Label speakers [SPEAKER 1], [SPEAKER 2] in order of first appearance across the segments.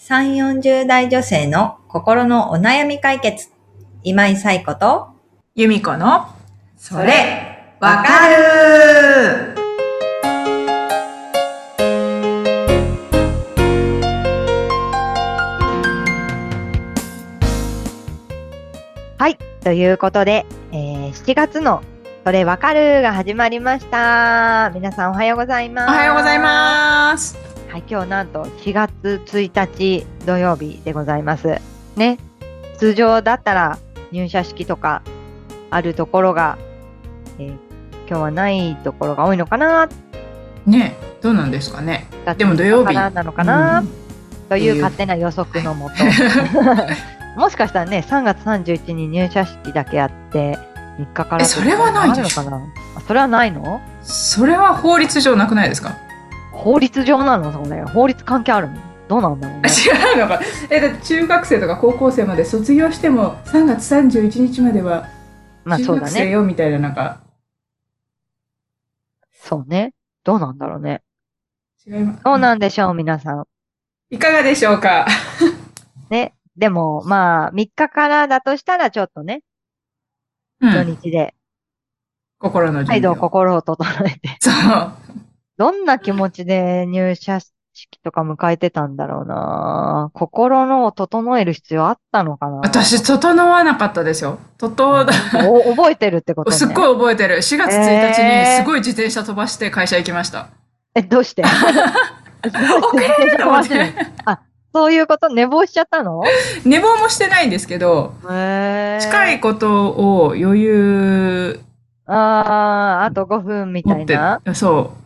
[SPEAKER 1] 3、40代女性の心のお悩み解決。今井冴子と、
[SPEAKER 2] 由美子のそれわかる。
[SPEAKER 3] はい。ということで、7月のそれわかるが始まりました。皆さんおはようございます。
[SPEAKER 2] おはようございます。
[SPEAKER 3] はい。今日なんと4月1日土曜日でございます。ね。通常だったら入社式とかあるところが、今日はないところが多いのかな。
[SPEAKER 2] ね、どうなんですかね。でも土曜日
[SPEAKER 3] からなのかな、という勝手な予測のもと。もしかしたらね、3月31日に入社式だけやって3日から
[SPEAKER 2] それはないでしょ。
[SPEAKER 3] それはないの？
[SPEAKER 2] それは法律上なくないですか？
[SPEAKER 3] 法律上なの？それ法律関係あるの？どうなんだろうね。
[SPEAKER 2] 違うのか。だって中学生とか高校生まで卒業しても3月31日までは中学生よみたいな、なんか
[SPEAKER 3] そうね。どうなんだろうね。
[SPEAKER 2] 違います。
[SPEAKER 3] どうなんでしょう、皆さん。
[SPEAKER 2] いかがでしょうか。
[SPEAKER 3] ね。でも、まあ、3日からだとしたらちょっとね、土日で、
[SPEAKER 2] 心の準備を。
[SPEAKER 3] 心を整えて。
[SPEAKER 2] そう。
[SPEAKER 3] どんな気持ちで入社式とか迎えてたんだろうな。心のを整える必要あったのかな。
[SPEAKER 2] 私、整わなかったですよ。
[SPEAKER 3] 覚えてるってことね。
[SPEAKER 2] すっごい覚えてる。4月1日にすごい自転車飛ばして会社行きました。
[SPEAKER 3] どうして
[SPEAKER 2] 遅れると思って。
[SPEAKER 3] あ、そういうこと？寝坊しちゃったの？
[SPEAKER 2] 寝坊もしてないんですけど、近いことを余裕
[SPEAKER 3] あと5分みたいな。
[SPEAKER 2] そう、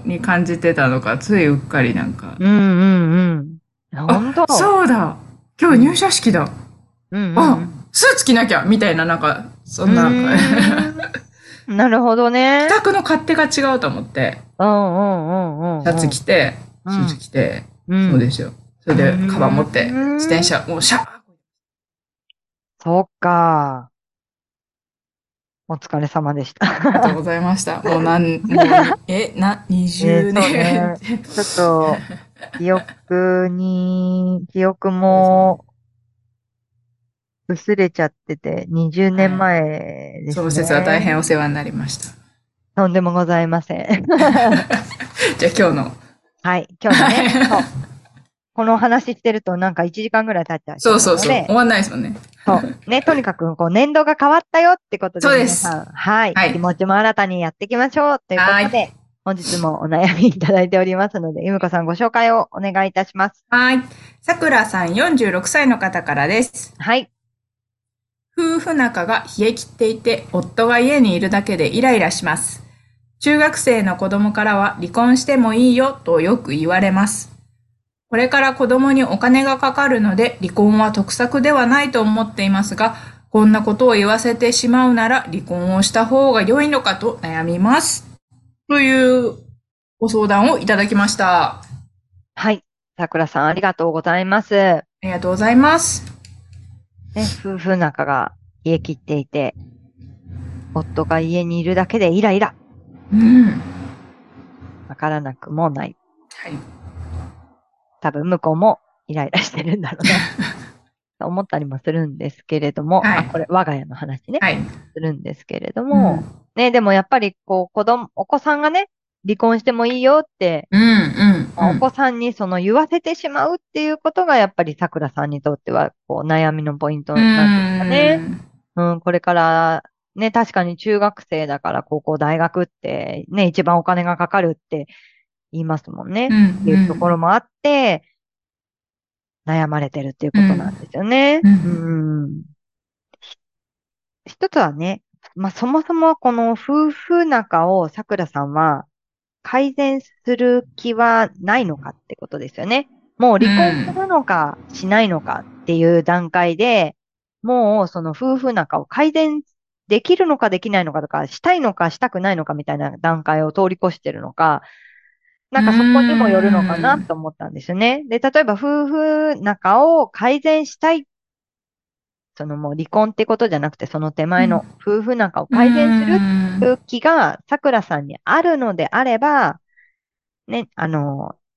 [SPEAKER 2] に感じてたのか、ついうっかりなんか。
[SPEAKER 3] 本当？
[SPEAKER 2] そうだ。今日入社式だ。あ、スーツ着なきゃみたいな、なんか、そんな。
[SPEAKER 3] なるほどね。
[SPEAKER 2] 帰宅の勝手が違うと思って。シャツ着て、スーツ着て、そうですよ。それで、カバン持って、自転車、もうシャー。
[SPEAKER 3] そっか。お疲れ様でした。
[SPEAKER 2] ありがとうございました。もう20年。
[SPEAKER 3] ちょっと、記憶も、薄れちゃってて、20年前ですね。
[SPEAKER 2] その説は大変お世話になりました。
[SPEAKER 3] とんでもございません。
[SPEAKER 2] じゃあ今日の。
[SPEAKER 3] はい、今日のね、そう。この話してるとなんか1時間ぐらい経っちゃう。
[SPEAKER 2] そう。終わんないですもんね。
[SPEAKER 3] そう。ね、とにかく、年度が変わったよってことで、皆さん、はい、気持ちも新たにやっていきましょうということで、本日もお悩みいただいておりますので、ゆみこさんご紹介をお願いいたします。
[SPEAKER 2] はい。さくらさん46歳の方からです。
[SPEAKER 3] はい。
[SPEAKER 2] 夫婦仲が冷え切っていて、夫が家にいるだけでイライラします。中学生の子供からは離婚してもいいよとよく言われます。これから子供にお金がかかるので離婚は得策ではないと思っていますが、こんなことを言わせてしまうなら離婚をした方が良いのかと悩みます。というご相談をいただきました。
[SPEAKER 3] はい。さくらさんありがとうございます。あ
[SPEAKER 2] りがとうございます。
[SPEAKER 3] ね、夫婦仲が冷え切っていて、夫が家にいるだけでイライラ。わからなくもない。
[SPEAKER 2] はい。
[SPEAKER 3] 多分向こうもイライラしてるんだろうなと思ったりもするんですけれども、これ我が家の話ね、するんですけれども、ね、でもやっぱりお子さんがね、離婚してもいいよって、お子さんに言わせてしまうっていうことがやっぱりさくらさんにとっては悩みのポイントなんですかね。これからね、確かに中学生だから高校大学ってね、一番お金がかかるって言いますもんね。っていうところもあって、悩まれてるっていうことなんですよね。一つはね、そもそもこの夫婦仲をさくらさんは改善する気はないのかってことですよね。もう離婚するのかしないのかっていう段階で、もうその夫婦仲を改善できるのかできないのかとか、したいのかしたくないのかみたいな段階を通り越してるのか、なんかそこにもよるのかなと思ったんですよね。で、例えば夫婦仲を改善したい。もう離婚ってことじゃなくて、その手前の夫婦仲を改善するっていう気が、さくらさんにあるのであれば、ね、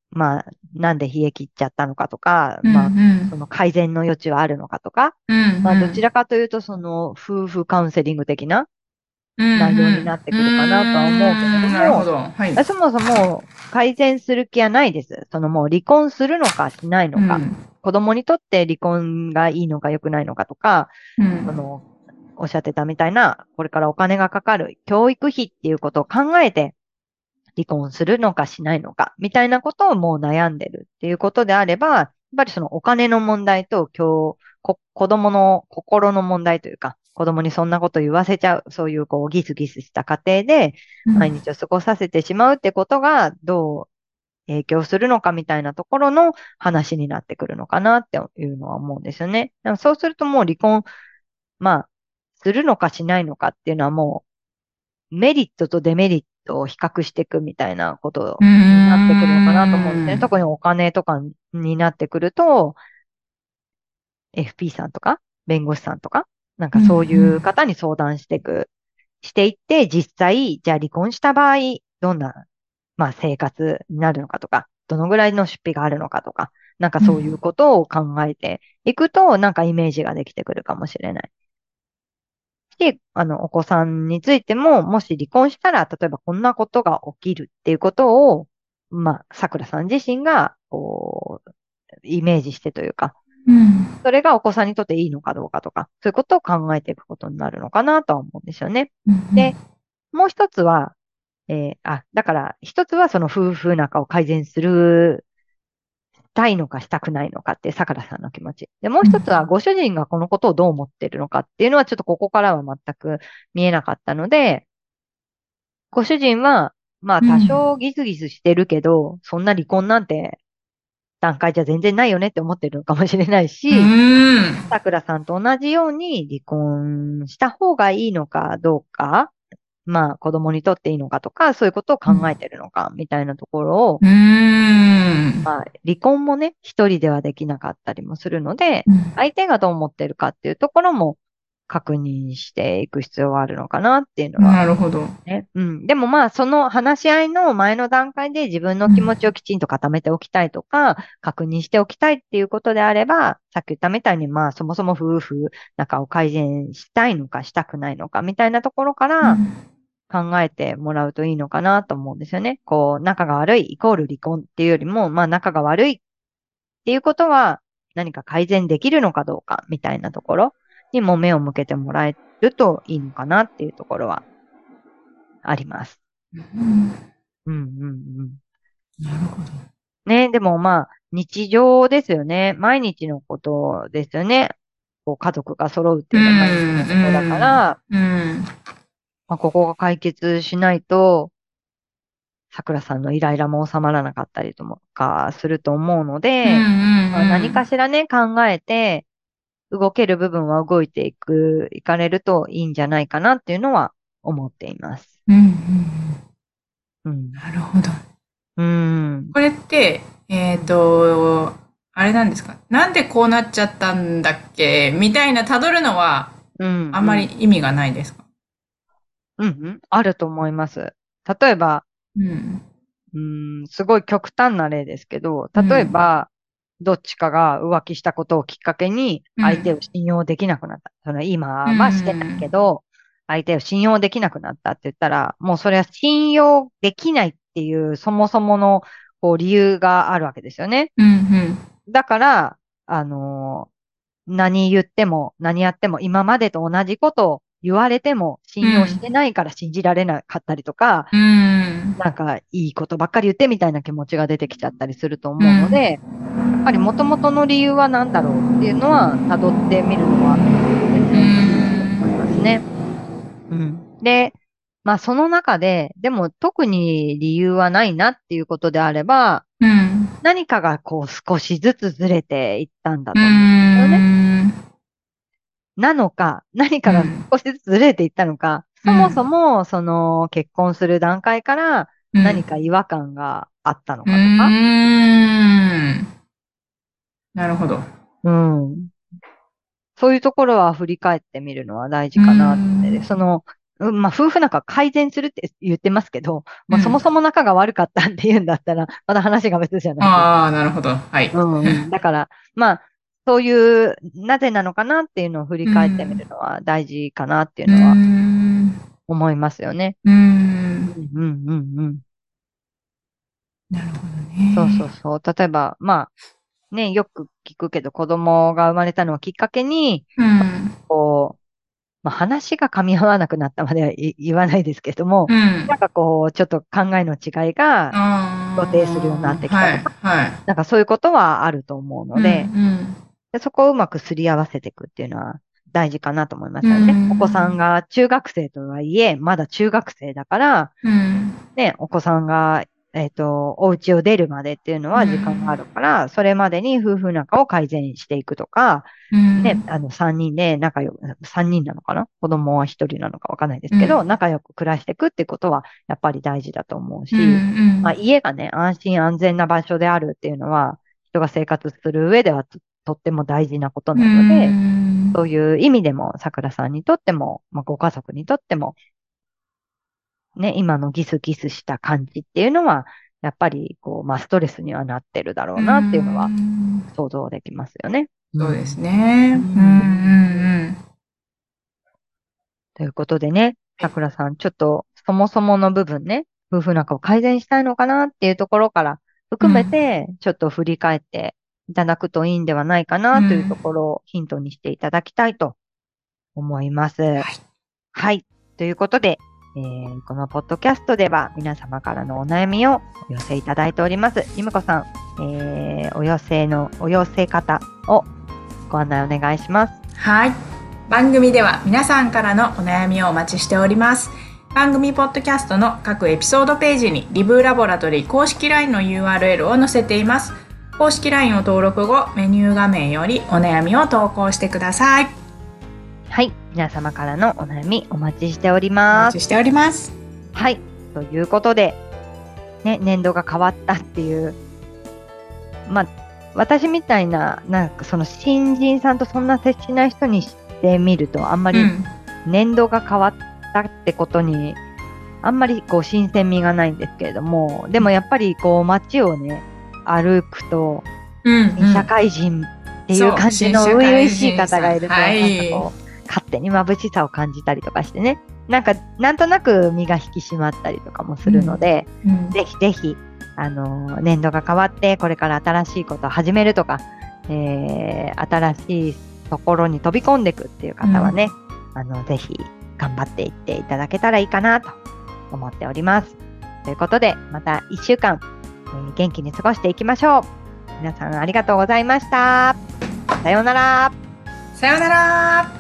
[SPEAKER 3] まあ、なんで冷え切っちゃったのかとか、まあ、その改善の余地はあるのかとか、まあ、どちらかというと、その、夫婦カウンセリング的な内容になってくるかなとは思うけれども、
[SPEAKER 2] なるほど。はい。
[SPEAKER 3] そもそも改善する気はないです。そのもう離婚するのかしないのか、子供にとって離婚がいいのか良くないのかとか、その、おっしゃってたみたいな、これからお金がかかる教育費っていうことを考えて、離婚するのかしないのか、みたいなことをもう悩んでるっていうことであれば、やっぱりそのお金の問題と子供の心の問題というか、子供にそんなこと言わせちゃう、そういうこうギスギスした家庭で毎日を過ごさせてしまうってことがどう影響するのかみたいなところの話になってくるのかなっていうのは思うんですよね。でもそうするともう離婚、まあ、するのかしないのかっていうのはもうメリットとデメリットを比較していくみたいなことになってくるのかなと思うんですね。特にお金とかになってくると、FP さんとか、弁護士さんとか、なんかそういう方に相談していって、実際、じゃあ離婚した場合、どんな、まあ生活になるのかとか、どのぐらいの出費があるのかとか、なんかそういうことを考えていくと、なんかイメージができてくるかもしれない。し、お子さんについても、もし離婚したら、例えばこんなことが起きるっていうことを、まあ、桜さん自身が、こう、イメージしてというか、それがお子さんにとっていいのかどうかとか、そういうことを考えていくことになるのかなとは思うんですよね。で、もう一つは、だから一つはその夫婦仲を改善したいのかしたくないのかって桜さんの気持ち。で、もう一つはご主人がこのことをどう思ってるのかっていうのはちょっとここからは全く見えなかったので、ご主人は、まあ多少ギスギスしてるけど、そんな離婚なんて段階じゃ全然ないよねって思ってるのかもしれないし、さくらさんと同じように離婚した方がいいのかどうか、まあ子供にとっていいのかとか、そういうことを考えてるのかみたいなところを、まあ離婚もね、一人ではできなかったりもするので、相手がどう思ってるかっていうところも確認していく必要はあるのかなっていうのは、
[SPEAKER 2] なるほど。
[SPEAKER 3] ね。うん。でもまあ、その話し合いの前の段階で自分の気持ちをきちんと固めておきたいとか、確認しておきたいっていうことであれば、さっき言ったみたいにまあ、そもそも夫婦仲を改善したいのかしたくないのかみたいなところから考えてもらうといいのかなと思うんですよね。こう、仲が悪いイコール離婚っていうよりも、まあ、仲が悪いっていうことは何か改善できるのかどうかみたいなところにも目を向けてもらえるといいのかなっていうところはあります。うんうんうん。
[SPEAKER 2] なるほど。
[SPEAKER 3] ね、でもまあ、日常ですよね。毎日のことですよね。こう家族が揃うっていうのは毎日のことだから、まあ、ここが解決しないと、桜さんのイライラも収まらなかったりとかすると思うので、まあ、何かしらね、考えて、動ける部分は動いていかれるといいんじゃないかなっていうのは思っています。
[SPEAKER 2] うん。なるほど。
[SPEAKER 3] うん。
[SPEAKER 2] これって、あれなんですか？なんでこうなっちゃったんだっけみたいな辿るのは、あんまり意味がないですか？
[SPEAKER 3] うんうん。あると思います。例えば、すごい極端な例ですけど、例えば、どっちかが浮気したことをきっかけに、相手を信用できなくなった。その今はしてないけど、相手を信用できなくなったって言ったら、もうそれは信用できないっていう、そもそものこう理由があるわけですよね。だから、何言っても、何やっても、今までと同じことを言われても、信用してないから信じられなかったりとか、なんかいいことばっかり言ってみたいな気持ちが出てきちゃったりすると思うので、やっぱり元々の理由は何だろうっていうのは、辿ってみるのは全然いいと思いますね。うん。で、まあその中で、でも特に理由はないなっていうことであれば、何かがこう少しずつずれていったんだと思うんですよね。なのか、何かが少しずつずれていったのか、そもそもその結婚する段階から何か違和感があったのかとか。
[SPEAKER 2] なるほど。
[SPEAKER 3] うん。そういうところは振り返ってみるのは大事かなって。その、 夫婦仲改善するって言ってますけど、そもそも仲が悪かったっていうんだったら、まだ話が別じゃないですか。
[SPEAKER 2] ああ、なるほど。はい。
[SPEAKER 3] だから、そういう、なぜなのかなっていうのを振り返ってみるのは大事かなっていうのは思いますよね。
[SPEAKER 2] なるほどね。
[SPEAKER 3] そう。例えば、よく聞くけど、子供が生まれたのをきっかけに、話が噛み合わなくなったまでは言わないですけども、なんかこう、ちょっと考えの違いが露呈するようになってきたとか、なんかそういうことはあると思うので、そこをうまくすり合わせていくっていうのは大事かなと思いますよね。お子さんが中学生とはいえ、まだ中学生だから、ね、お子さんがお家を出るまでっていうのは時間があるから、それまでに夫婦仲を改善していくとか、ね、3人で仲良く、3人なのかな、子供は1人なのかわかんないですけど、仲良く暮らしていくってことは、やっぱり大事だと思うし、家がね、安心安全な場所であるっていうのは、人が生活する上ではとっても大事なことなので、そういう意味でも、桜さんにとっても、ご家族にとっても、ね、今のギスギスした感じっていうのは、やっぱり、ストレスにはなってるだろうなっていうのは想像できますよね。
[SPEAKER 2] そうですね。
[SPEAKER 3] ということでね、桜さん、ちょっとそもそもの部分ね、夫婦仲を改善したいのかなっていうところから含めて、ちょっと振り返っていただくといいんではないかなというところをヒントにしていただきたいと思います。はい。ということで、このポッドキャストでは皆様からのお悩みをお寄せいただいております。ゆむこさん、お寄せ方をご案内お願いします。
[SPEAKER 2] はい。番組では皆さんからのお悩みをお待ちしております。番組ポッドキャストの各エピソードページにリブラボラトリー公式 LINE の URL を載せています。公式 LINE を登録後、メニュー画面よりお悩みを投稿してください。
[SPEAKER 3] はい。皆様からのお悩みお待ちしております。
[SPEAKER 2] お待ちしております。
[SPEAKER 3] はい。ということで、ね、年度が変わったっていう、私みたいな、その新人さんとそんな接しない人にしてみると、あんまり年度が変わったってことに、あんまり新鮮味がないんですけれども、でもやっぱり街をね、歩くと、社会人っていう感じの初々しい方がいると、勝手に眩しさを感じたりとかしてね、なんとなく身が引き締まったりとかもするので、ぜひぜひ、年度が変わってこれから新しいことを始めるとか、新しいところに飛び込んでいくっていう方はね、ぜひ頑張っていっていただけたらいいかなと思っております。ということで、また1週間、元気に過ごしていきましょう。皆さんありがとうございました。さようなら。
[SPEAKER 2] さようなら。